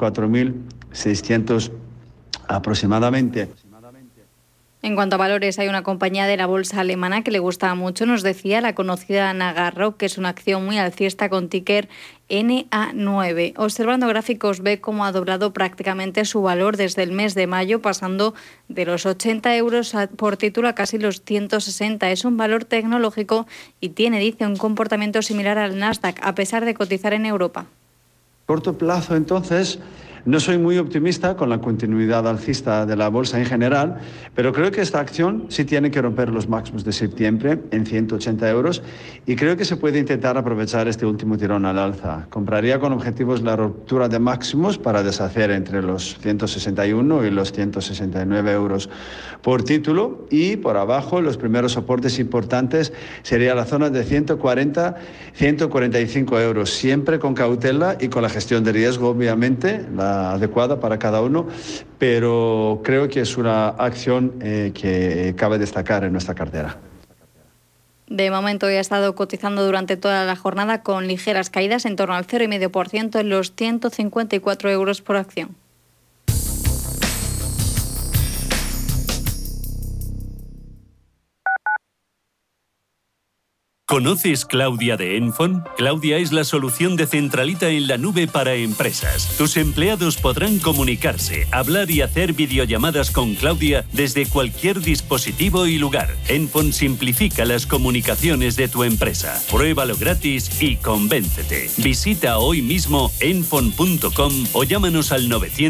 4.600 aproximadamente. En cuanto a valores, hay una compañía de la bolsa alemana que le gustaba mucho, nos decía la conocida Nagarro, que es una acción muy alcista con ticker NA9. Observando gráficos ve cómo ha doblado prácticamente su valor desde el mes de mayo, pasando de los 80 euros por título a casi los 160. Es un valor tecnológico y tiene, dice, un comportamiento similar al Nasdaq, a pesar de cotizar en Europa. Corto plazo, entonces, no soy muy optimista con la continuidad alcista de la bolsa en general, pero creo que esta acción sí tiene que romper los máximos de septiembre en 180 euros y creo que se puede intentar aprovechar este último tirón al alza. Compraría con objetivos la ruptura de máximos para deshacer entre los 161 y los 169 euros por título y por abajo los primeros soportes importantes sería la zona de 140-145 euros, siempre con cautela y con la gestión de riesgo, obviamente, la adecuada para cada uno, pero creo que es una acción que cabe destacar en nuestra cartera. De momento ya ha estado cotizando durante toda la jornada con ligeras caídas en torno al 0,5% en los 154 euros por acción. ¿Conoces Claudia de Enfon? Claudia es la solución de centralita en la nube para empresas. Tus empleados podrán comunicarse, hablar y hacer videollamadas con Claudia desde cualquier dispositivo y lugar. Enfon simplifica las comunicaciones de tu empresa. Pruébalo gratis y convéncete. Visita hoy mismo enfon.com o llámanos al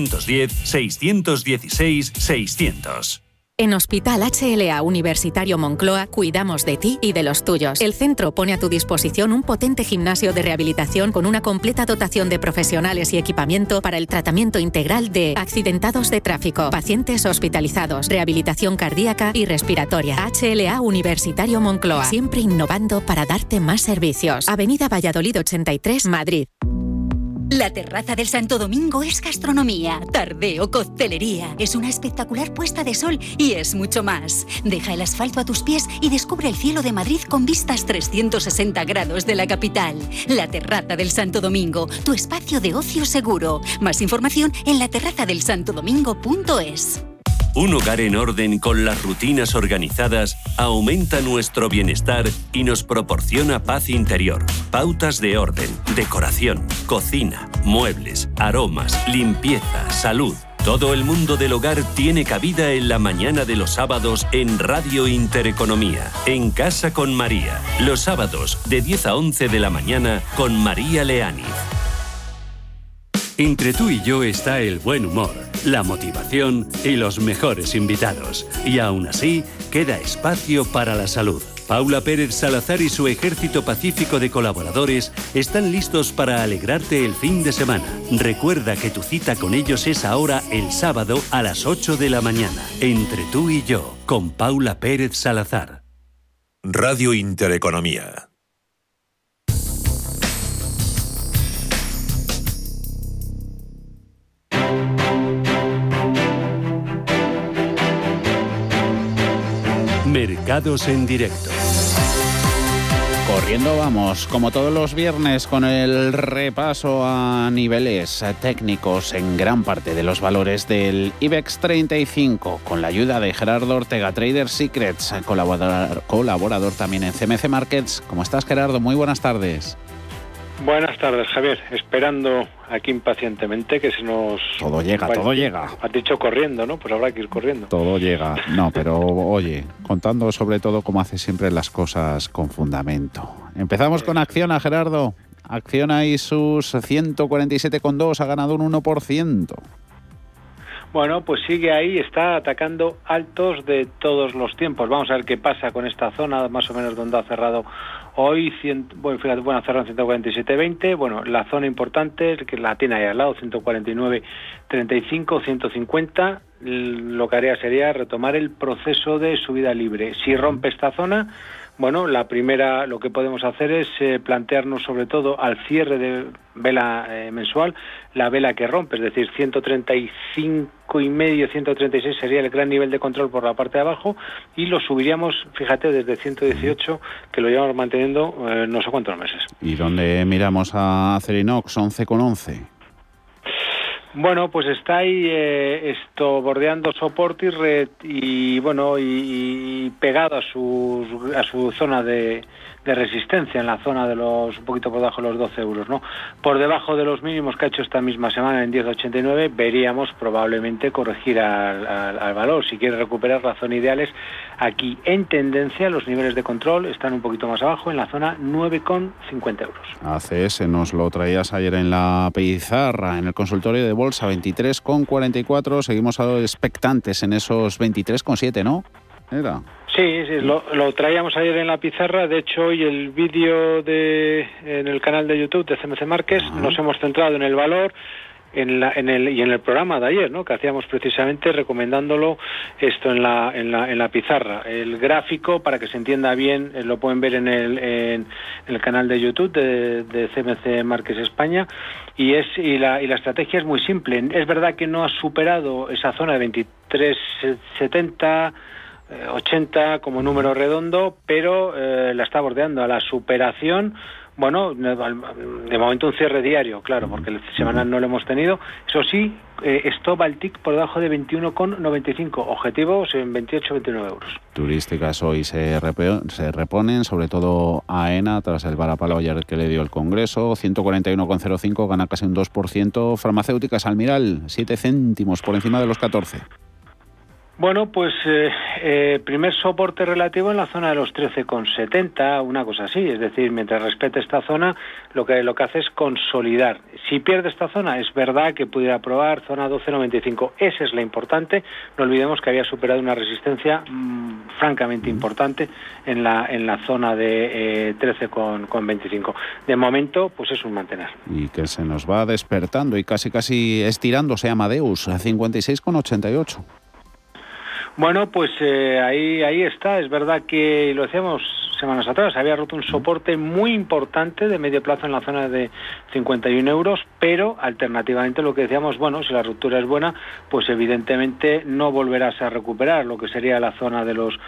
910-616-600. En Hospital HLA Universitario Moncloa cuidamos de ti y de los tuyos. El centro pone a tu disposición un potente gimnasio de rehabilitación con una completa dotación de profesionales y equipamiento para el tratamiento integral de accidentados de tráfico, pacientes hospitalizados, rehabilitación cardíaca y respiratoria. HLA Universitario Moncloa, siempre innovando para darte más servicios. Avenida Valladolid 83, Madrid. La terraza del Santo Domingo es gastronomía, tardeo, coctelería. Es una espectacular puesta de sol y es mucho más. Deja el asfalto a tus pies y descubre el cielo de Madrid con vistas 360 grados de la capital. La terraza del Santo Domingo, tu espacio de ocio seguro. Más información en laterrazadelsantodomingo.es. Un hogar en orden con las rutinas organizadas aumenta nuestro bienestar y nos proporciona paz interior. Pautas de orden, decoración, cocina, muebles, aromas, limpieza, salud. Todo el mundo del hogar tiene cabida en la mañana de los sábados en Radio Intereconomía. En Casa con María. Los sábados de 10 a 11 de la mañana con María Leániz. Entre tú y yo está el buen humor, la motivación y los mejores invitados. Y aún así, queda espacio para la salud. Paula Pérez Salazar y su ejército pacífico de colaboradores están listos para alegrarte el fin de semana. Recuerda que tu cita con ellos es ahora el sábado a las 8 de la mañana. Entre tú y yo, con Paula Pérez Salazar. Radio Intereconomía. Mercados en directo. Corriendo vamos, como todos los viernes, con el repaso a niveles técnicos en gran parte de los valores del IBEX 35, con la ayuda de Gerardo Ortega, Trader Secrets, colaborador también en CMC Markets. ¿Cómo estás, Gerardo? Muy buenas tardes. Buenas tardes, Javier. Esperando aquí impacientemente que se nos... Todo llega, todo llega. Has dicho corriendo, ¿no? Pues habrá que ir corriendo. Todo llega. No, pero oye, contando sobre todo cómo hace siempre las cosas con fundamento. Empezamos con Acciona, Gerardo. Acciona y sus 147,2 ha ganado un 1%. Bueno, pues sigue ahí, está atacando altos de todos los tiempos. Vamos a ver qué pasa con esta zona, más o menos donde ha cerrado hoy. Ha cerrado en 147,20. Bueno, la zona importante, que la tiene ahí al lado, 149,35, 150. Lo que haría sería retomar el proceso de subida libre. Si rompe esta zona, bueno, la primera, lo que podemos hacer es plantearnos sobre todo al cierre de vela mensual, la vela que rompe, es decir, 135,5, 136 sería el gran nivel de control por la parte de abajo, y lo subiríamos, fíjate, desde 118, que lo llevamos manteniendo no sé cuántos meses. ¿Y dónde miramos a Acerinox? 11,11. Bueno, pues está ahí bordeando soporte y pegado a su zona de resistencia, en la zona de los un poquito por debajo de los 12 euros, ¿no? Por debajo de los mínimos que ha hecho esta misma semana en 10,89, veríamos probablemente corregir al valor. Si quiere recuperar la zona ideales, aquí en tendencia los niveles de control están un poquito más abajo, en la zona 9,50 euros. ACS nos lo traías ayer en la pizarra, en el consultorio de bolsa, 23,44. Seguimos expectantes en esos 23,7, ¿no? ¿Era? Sí, lo traíamos ayer en la pizarra. De hecho, hoy el vídeo en el canal de YouTube de CMC Markets nos hemos centrado en el valor y en el programa de ayer, ¿no? Que hacíamos precisamente recomendándolo esto en la pizarra. El gráfico, para que se entienda bien, lo pueden ver en el canal de YouTube de CMC Markets España, y la estrategia es muy simple. Es verdad que no ha superado esa zona de 23,70, 80 como número redondo, pero la está bordeando a la superación. Bueno, de momento un cierre diario, claro, porque el semanal no lo hemos tenido. Eso sí, stop al TIC por debajo de 21,95, objetivos en 28-29 euros. Turísticas hoy se reponen, sobre todo AENA, tras el varapalo ayer que le dio el Congreso, 141,05, gana casi un 2%. Farmacéuticas, Almiral, 7 céntimos por encima de los 14. Bueno, pues primer soporte relativo en la zona de los 13,70, una cosa así. Es decir, mientras respete esta zona, lo que hace es consolidar. Si pierde esta zona, es verdad que pudiera probar zona 12,95. Esa es la importante. No olvidemos que había superado una resistencia francamente importante en la zona de 13,25. De momento, pues es un mantener. Y que se nos va despertando y casi estirándose Amadeus a 56,88. Bueno, pues ahí está. Es verdad que lo decíamos semanas atrás, había roto un soporte muy importante de medio plazo en la zona de 51 euros, pero alternativamente lo que decíamos, bueno, si la ruptura es buena, pues evidentemente no volverás a recuperar lo que sería la zona de los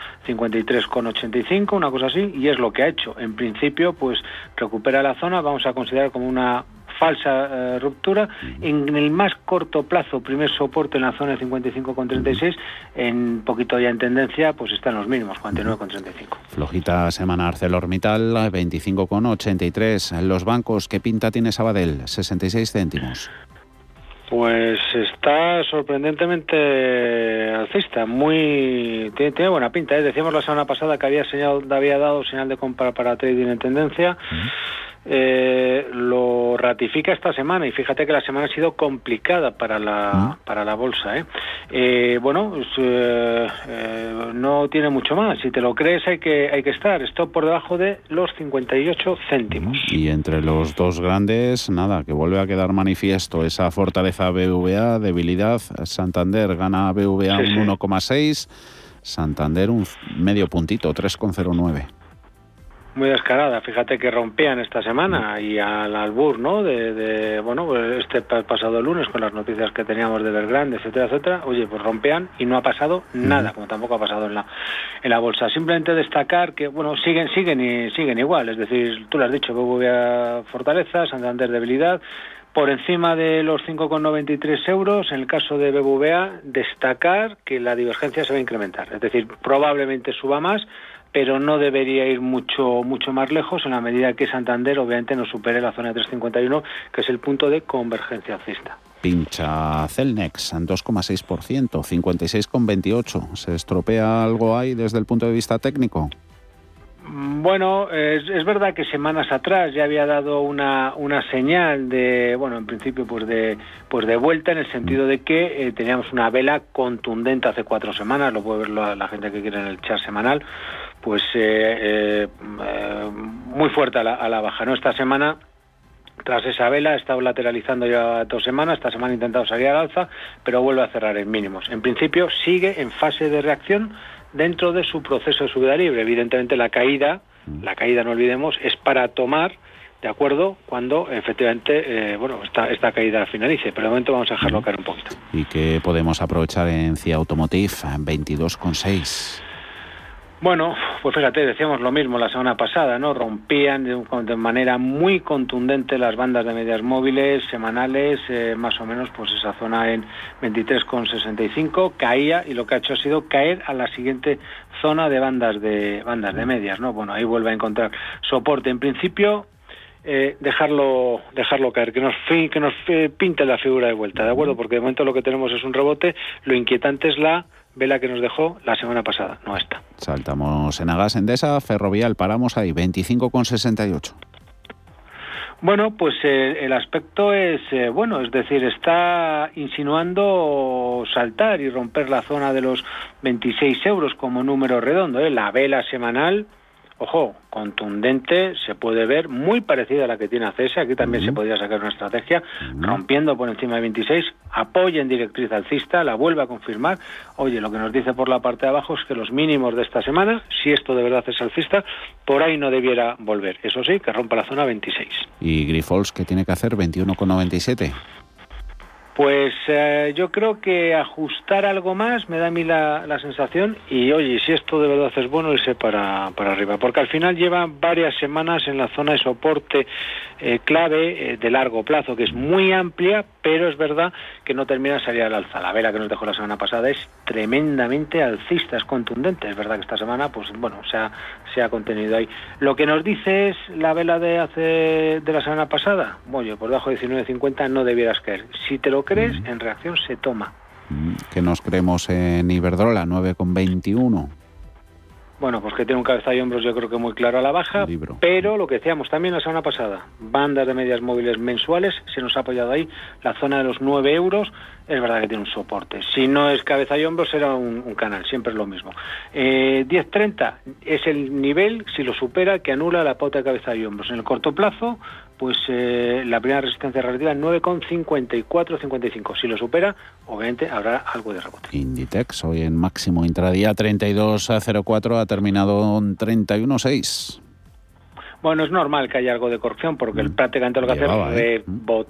53,85, una cosa así, y es lo que ha hecho. En principio, pues recupera la zona, vamos a considerar como una falsa ruptura. En el más corto plazo, primer soporte en la zona de 55,36, en poquito ya en tendencia, pues está en los mínimos, 49,35. Flojita semana ArcelorMittal, 25,83. Los bancos, ¿qué pinta tiene Sabadell? 66 céntimos. Pues está sorprendentemente alcista, tiene buena pinta, ¿eh? Decíamos la semana pasada que había dado señal de compra para trading en tendencia. Lo ratifica esta semana, y fíjate que la semana ha sido complicada para la bolsa, no tiene mucho más. Si te lo crees hay que estar. Esto por debajo de los 58 céntimos. Y entre los dos grandes, nada, que vuelve a quedar manifiesto esa fortaleza BVA, debilidad. Santander gana BVA un 1,6, Santander un medio puntito, 3,09. Muy descarada, fíjate que rompían esta semana y al albur, ¿no? Este pasado lunes con las noticias que teníamos de Evergrande, etcétera, etcétera. Oye, pues rompían y no ha pasado nada, como tampoco ha pasado en la bolsa. Simplemente destacar que, siguen igual, es decir, tú lo has dicho, BBVA fortaleza, Santander debilidad. Por encima de los 5,93 euros, en el caso de BBVA, destacar que la divergencia se va a incrementar, es decir, probablemente suba más, pero no debería ir mucho más lejos en la medida que Santander obviamente no supere la zona de 3,51, que es el punto de convergencia alcista. Pincha Celnex, 2,6%, 56,28. ¿Se estropea algo ahí desde el punto de vista técnico? Bueno, es verdad que semanas atrás ya había dado una señal de, en principio pues de vuelta, en el sentido de que teníamos una vela contundente hace 4 semanas, lo puede ver la gente que quiere en el chat semanal, pues muy fuerte a la baja, ¿no? Esta semana, tras esa vela, ha estado lateralizando ya 2 semanas, esta semana ha intentado salir al alza, pero vuelve a cerrar en mínimos. En principio sigue en fase de reacción dentro de su proceso de subida libre. Evidentemente la caída, no olvidemos, es para tomar, ¿de acuerdo?, cuando efectivamente esta caída finalice, pero de momento vamos a dejarlo caer un poquito. ¿Y qué podemos aprovechar en CIA Automotive? 22,6. Bueno, pues fíjate, decíamos lo mismo la semana pasada, ¿no? Rompían de manera muy contundente las bandas de medias móviles semanales, más o menos pues esa zona en 23,65, caía, y lo que ha hecho ha sido caer a la siguiente zona de bandas de medias, ¿no? Bueno, ahí vuelve a encontrar soporte. En principio, dejarlo caer, que nos pinte la figura de vuelta, ¿de acuerdo? Porque de momento lo que tenemos es un rebote. Lo inquietante es la vela que nos dejó la semana pasada, no esta. Saltamos en Agas, Endesa, Ferrovial, paramos ahí, 25,68. Bueno, pues el aspecto es es decir, está insinuando saltar y romper la zona de los 26 euros como número redondo, ¿eh? La vela semanal, ojo, contundente, se puede ver, muy parecida a la que tiene ACS, aquí también se podría sacar una estrategia, rompiendo por encima de 26, apoya en directriz alcista, la vuelve a confirmar. Oye, lo que nos dice por la parte de abajo es que los mínimos de esta semana, si esto de verdad es alcista, por ahí no debiera volver, eso sí, que rompa la zona 26. ¿Y Grifols qué tiene que hacer? 21,97. Pues yo creo que ajustar algo más me da a mí la sensación, y oye, si esto de verdad es bueno, irse para arriba, porque al final lleva varias semanas en la zona de soporte clave de largo plazo, que es muy amplia, pero es verdad que no termina de salir al alza. La vela que nos dejó la semana pasada es tremendamente alcista, es contundente. Es verdad que esta semana se ha contenido ahí. Lo que nos dice es la vela de la semana pasada, oye, por debajo de 19,50 no debieras caer. Si te lo crees, en reacción se toma. ¿Qué nos creemos en Iberdrola? 9,21. Bueno, pues que tiene un cabeza y hombros yo creo que muy claro a la baja, pero lo que decíamos también la semana pasada, bandas de medias móviles mensuales, se nos ha apoyado ahí la zona de los 9 euros, es verdad que tiene un soporte. Si no es cabeza y hombros será un canal, siempre es lo mismo. 10.30 es el nivel, si lo supera, que anula la pauta de cabeza y hombros. En el corto plazo, pues la primera resistencia relativa en 9,54-55. Si lo supera, obviamente habrá algo de rebote. Inditex, hoy en máximo intradía 32,04, ha terminado en 31,6. Bueno, es normal que haya algo de corrección, porque prácticamente lo que hace es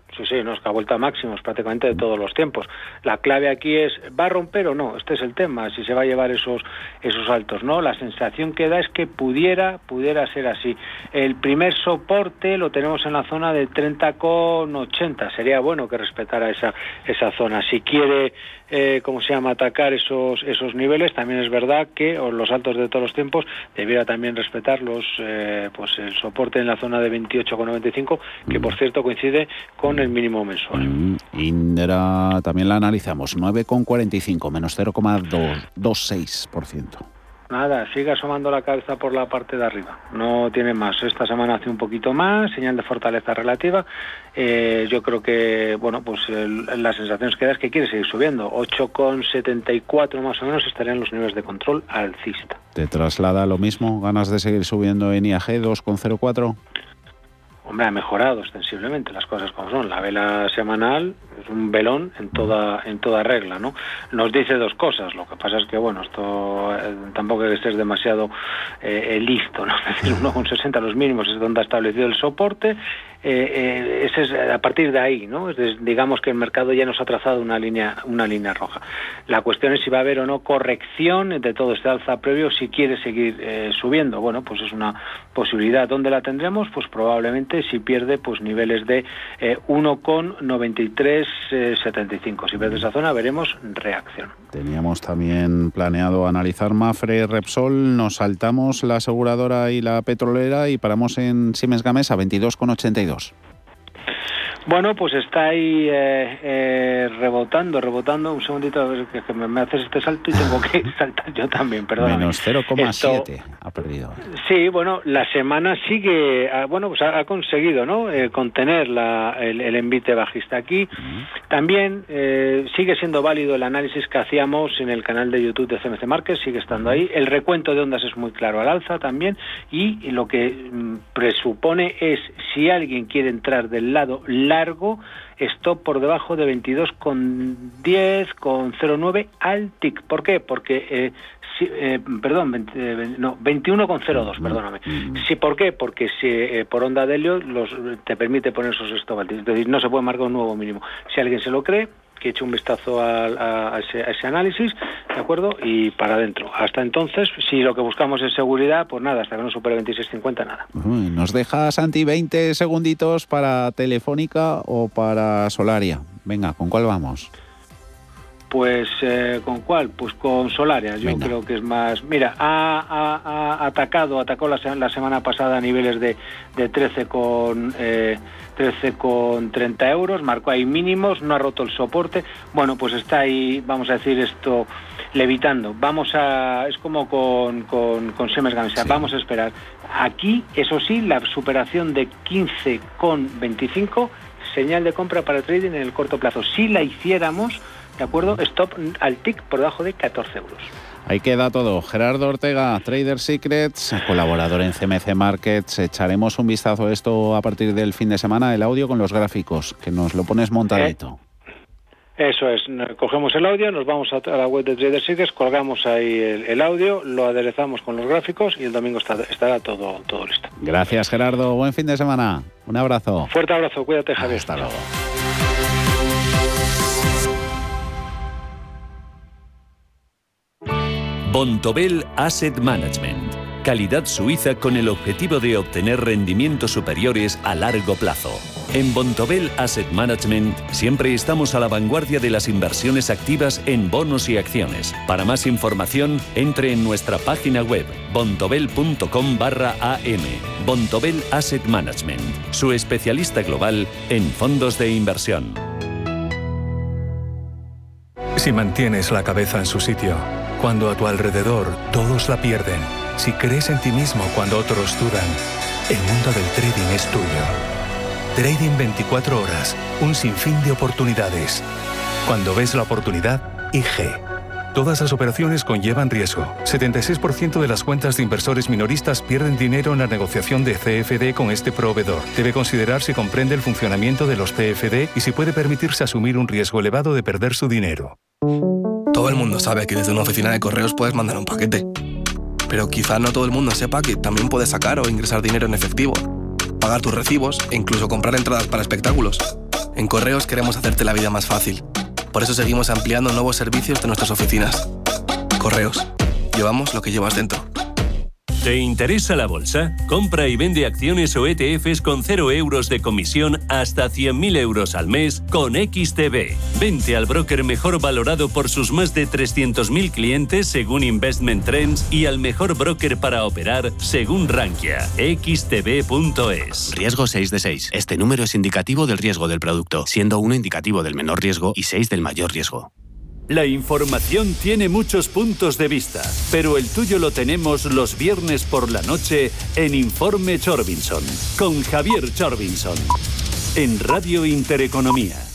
Sí, no, es que ha vuelto a máximos prácticamente de todos los tiempos. La clave aquí es, ¿va a romper o no? Este es el tema, si se va a llevar esos altos, ¿no? La sensación que da es que pudiera ser así. El primer soporte lo tenemos en la zona de 30,80. Sería bueno que respetara esa zona. Si quiere, atacar esos niveles, también es verdad que los altos de todos los tiempos debiera también respetar el soporte en la zona de 28,95, que por cierto coincide con el mínimo mensual. Indra también la analizamos, 9,45, menos 0,26%. Nada, sigue asomando la cabeza por la parte de arriba, no tiene más. Esta semana hace un poquito más, señal de fortaleza relativa. Yo creo que, las sensaciones que da es que quiere seguir subiendo. 8,74 más o menos estarían los niveles de control alcista. ¿Te traslada lo mismo? ¿Ganas de seguir subiendo en IAG 2,04? Hombre, ha mejorado ostensiblemente las cosas como son. La vela semanal es un velón en toda regla, ¿no? Nos dice dos cosas. Lo que pasa es que, esto tampoco hay que ser demasiado listo, ¿no? Es decir, 1,60 los mínimos es donde ha establecido el soporte. Ese es a partir de ahí, ¿no? Digamos que el mercado ya nos ha trazado una línea roja. La cuestión es si va a haber o no corrección de todo este alza previo, si quiere seguir subiendo. Bueno, pues es una posibilidad. ¿Dónde la tendremos? Pues probablemente si pierde niveles de 1,9375. Si pierde esa zona veremos reacción. Teníamos también planeado analizar Mapfre, Repsol, nos saltamos la aseguradora y la petrolera y paramos en Siemens Gamesa, 22,82. Bueno, pues está ahí rebotando. Un segundito, a ver que me haces este salto y tengo que saltar yo también, perdóname. Menos 0,7 ha perdido. Sí, la semana sigue, ha conseguido, ¿no? Contener el envite bajista aquí. También sigue siendo válido el análisis que hacíamos en el canal de YouTube de CMC Markets, sigue estando ahí. El recuento de ondas es muy claro al alza también, y lo que presupone es, si alguien quiere entrar del lado largo, stop por debajo de 22,10, con 0,9 al TIC. ¿Por qué? Porque 21,02, perdóname. Sí, ¿por qué? Porque si por onda de Elliott te permite poner esos stop al TIC, es decir, no se puede marcar un nuevo mínimo. Si alguien se lo cree, que eche un vistazo a ese análisis, ¿de acuerdo? Y para adentro. Hasta entonces, si lo que buscamos es seguridad, pues nada, hasta que no supere 26,50, nada. Nos deja, Santi, 20 segunditos para Telefónica o para Solaria. Venga, ¿con cuál vamos? Pues, ¿con cuál? Pues con Solaria. Yo creo que es más... Mira, atacó la semana pasada a niveles de 13,30 euros, marcó ahí mínimos, no ha roto el soporte. Bueno, pues está ahí, vamos a decir esto, levitando. Es como con Siemens Gamesa, vamos a esperar. Aquí, eso sí, la superación de 15,25, señal de compra para trading en el corto plazo. Si la hiciéramos, ¿de acuerdo? Stop al TIC por debajo de 14 euros. Ahí queda todo. Gerardo Ortega, Trader Secrets, colaborador en CMC Markets. Echaremos un vistazo a esto a partir del fin de semana, el audio con los gráficos, que nos lo pones montadito. Eso es, cogemos el audio, nos vamos a la web de Trader Secrets, colgamos ahí el audio, lo aderezamos con los gráficos y el domingo estará todo listo. Gracias, Gerardo. Buen fin de semana. Un abrazo. Fuerte abrazo. Cuídate, Javier. Hasta luego. Bontobel Asset Management. Calidad suiza con el objetivo de obtener rendimientos superiores a largo plazo. En Bontobel Asset Management siempre estamos a la vanguardia de las inversiones activas en bonos y acciones. Para más información, entre en nuestra página web bontobel.com/am. Bontobel Asset Management, su especialista global en fondos de inversión. Si mantienes la cabeza en su sitio, cuando a tu alrededor todos la pierden, si crees en ti mismo cuando otros dudan, el mundo del trading es tuyo. Trading 24 horas, un sinfín de oportunidades. Cuando ves la oportunidad, IG. Todas las operaciones conllevan riesgo. 76% de las cuentas de inversores minoristas pierden dinero en la negociación de CFD con este proveedor. Debe considerar si comprende el funcionamiento de los CFD y si puede permitirse asumir un riesgo elevado de perder su dinero. Todo el mundo sabe que desde una oficina de correos puedes mandar un paquete. Pero quizá no todo el mundo sepa que también puedes sacar o ingresar dinero en efectivo, pagar tus recibos e incluso comprar entradas para espectáculos. En Correos queremos hacerte la vida más fácil. Por eso seguimos ampliando nuevos servicios de nuestras oficinas. Correos. Llevamos lo que llevas dentro. ¿Te interesa la bolsa? Compra y vende acciones o ETFs con 0 euros de comisión hasta 100.000 euros al mes con XTB. Vente al broker mejor valorado por sus más de 300.000 clientes según Investment Trends y al mejor broker para operar según Rankia. XTB.es. Riesgo 6 de 6. Este número es indicativo del riesgo del producto, siendo 1 indicativo del menor riesgo y 6 del mayor riesgo. La información tiene muchos puntos de vista, pero el tuyo lo tenemos los viernes por la noche en Informe Chorbinson, con Javier Chorbinson, en Radio Intereconomía.